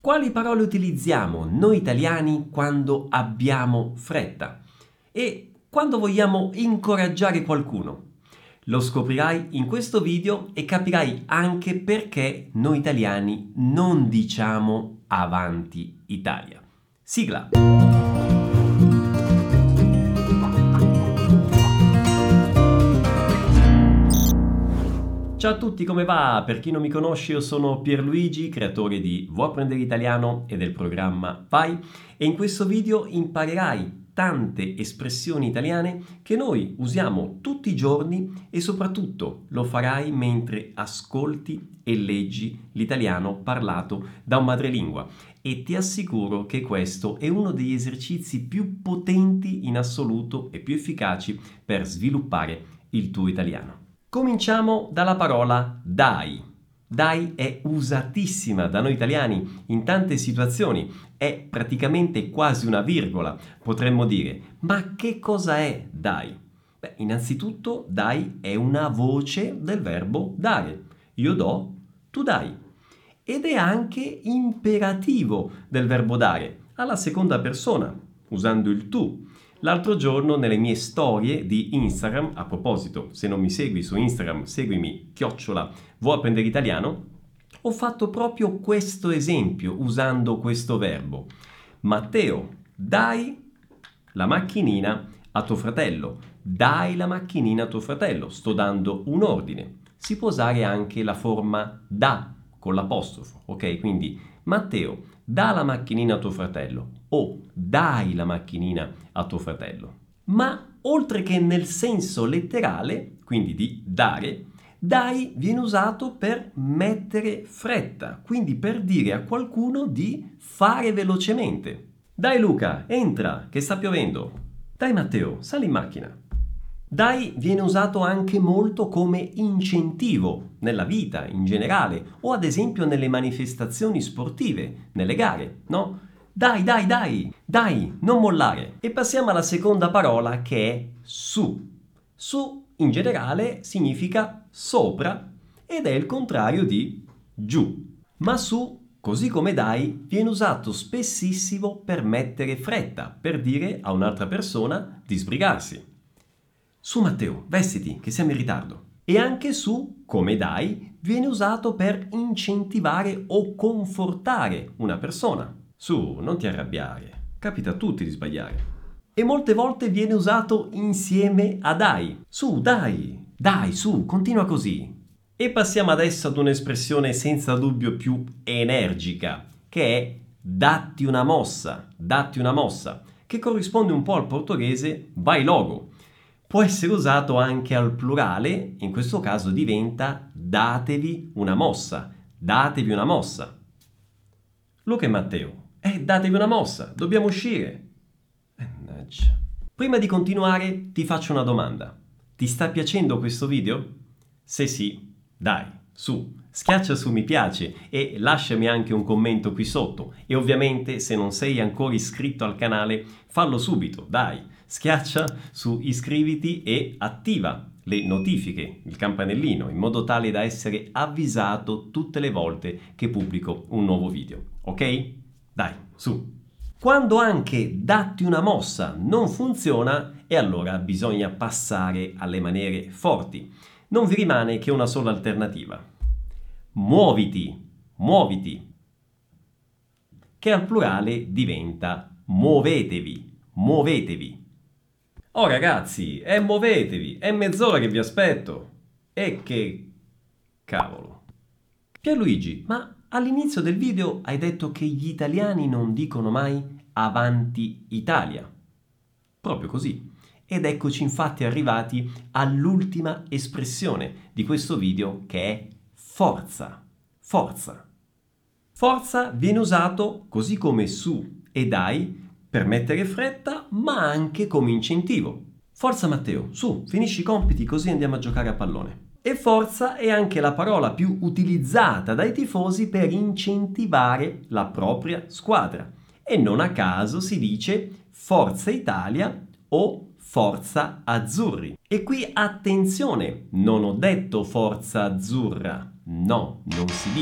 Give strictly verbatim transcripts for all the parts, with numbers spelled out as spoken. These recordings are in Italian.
Quali parole utilizziamo noi italiani quando abbiamo fretta e quando vogliamo incoraggiare qualcuno? Lo scoprirai in questo video e capirai anche perché noi italiani non diciamo avanti Italia. Sigla! Ciao a tutti, come va? Per chi non mi conosce, io sono Pierluigi, creatore di Vuoi apprendere italiano e del programma Vai, e in questo video imparerai tante espressioni italiane che noi usiamo tutti i giorni e soprattutto lo farai mentre ascolti e leggi l'italiano parlato da un madrelingua. E ti assicuro che questo è uno degli esercizi più potenti in assoluto e più efficaci per sviluppare il tuo italiano. Cominciamo dalla parola dai. Dai è usatissima da noi italiani in tante situazioni, è praticamente quasi una virgola. Potremmo dire, ma che cosa è dai? Beh, innanzitutto dai è una voce del verbo dare. Io do, tu dai. Ed è anche imperativo del verbo dare, alla seconda persona, usando il tu. L'altro giorno nelle mie storie di Instagram, a proposito, se non mi segui su Instagram, seguimi, chiocciola, vuoi apprendere italiano, ho fatto proprio questo esempio usando questo verbo. Matteo, dai la macchinina a tuo fratello. Dai la macchinina a tuo fratello. Sto dando un ordine. Si può usare anche la forma da con l'apostrofo, ok? Quindi Matteo, dà la macchinina a tuo fratello o dai la macchinina a tuo fratello. Ma oltre che nel senso letterale, quindi di dare, dai viene usato per mettere fretta, quindi per dire a qualcuno di fare velocemente. Dai Luca, entra, che sta piovendo. Dai Matteo, sali in macchina. Dai viene usato anche molto come incentivo nella vita in generale o ad esempio nelle manifestazioni sportive, nelle gare, no? Dai, dai, dai, dai, non mollare. E passiamo alla seconda parola che è su. Su in generale significa sopra ed è il contrario di giù. Ma su, così come dai, viene usato spessissimo per mettere fretta, per dire a un'altra persona di sbrigarsi. Su Matteo, vestiti, che siamo in ritardo. E anche su, come dai, viene usato per incentivare o confortare una persona. Su, non ti arrabbiare, capita a tutti di sbagliare. E molte volte viene usato insieme a dai. Su, dai, dai, su, continua così. E passiamo adesso ad un'espressione senza dubbio più energica, che è datti una mossa, datti una mossa, che corrisponde un po' al portoghese vai logo. Può essere usato anche al plurale, in questo caso diventa datevi una mossa, datevi una mossa. Luca e Matteo, eh, datevi una mossa, dobbiamo uscire. Mannaggia. Prima di continuare ti faccio una domanda. Ti sta piacendo questo video? Se sì, dai, su, schiaccia su mi piace e lasciami anche un commento qui sotto. E ovviamente se non sei ancora iscritto al canale, fallo subito, dai. Schiaccia su iscriviti e attiva le notifiche, il campanellino, in modo tale da essere avvisato tutte le volte che pubblico un nuovo video. Ok? Dai, su! Quando anche datti una mossa non funziona, e allora bisogna passare alle maniere forti. Non vi rimane che una sola alternativa. Muoviti, muoviti, che al plurale diventa muovetevi, muovetevi. Oh ragazzi, e eh, muovetevi, è mezz'ora che vi aspetto. E che cavolo. Pierluigi, ma all'inizio del video hai detto che gli italiani non dicono mai avanti Italia. Proprio così. Ed eccoci infatti arrivati all'ultima espressione di questo video che è forza. Forza. Forza viene usato così come su e dai per mettere fretta, ma anche come incentivo. Forza Matteo, su, finisci i compiti così andiamo a giocare a pallone. E forza è anche la parola più utilizzata dai tifosi per incentivare la propria squadra. E non a caso si dice Forza Italia o Forza Azzurri. E qui attenzione, non ho detto Forza Azzurra, no, non si dice,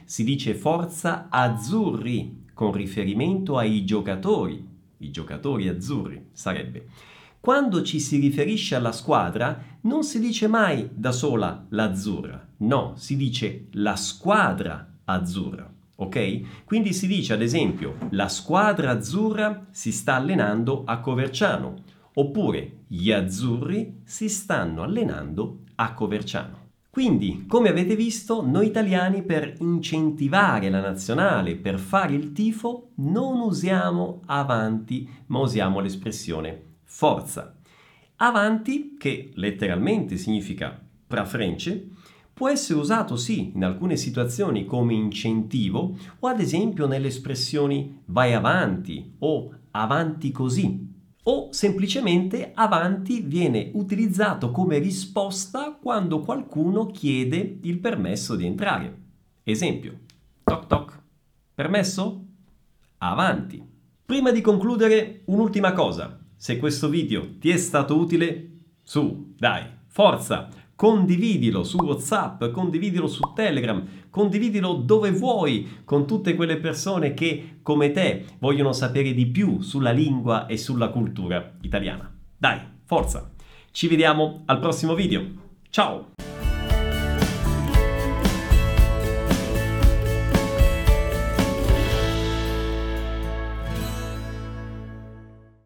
si dice forza azzurri con riferimento ai giocatori, i giocatori azzurri sarebbe. Quando ci si riferisce alla squadra non si dice mai da sola l'azzurra, no, si dice la squadra azzurra, ok? Quindi si dice ad esempio la squadra azzurra si sta allenando a Coverciano, oppure gli azzurri si stanno allenando a Coverciano. Quindi, come avete visto, noi italiani per incentivare la nazionale, per fare il tifo, non usiamo avanti, ma usiamo l'espressione forza. Avanti, che letteralmente significa pra frence, può essere usato sì in alcune situazioni come incentivo o ad esempio nelle espressioni vai avanti o avanti così. O semplicemente avanti viene utilizzato come risposta quando qualcuno chiede il permesso di entrare. Esempio, toc toc, permesso? Avanti. Prima di concludere, un'ultima cosa. Se questo video ti è stato utile, su, dai, forza, condividilo su WhatsApp, condividilo su Telegram, condividilo dove vuoi con tutte quelle persone che, come te, vogliono sapere di più sulla lingua e sulla cultura italiana. Dai, forza! Ci vediamo al prossimo video. Ciao!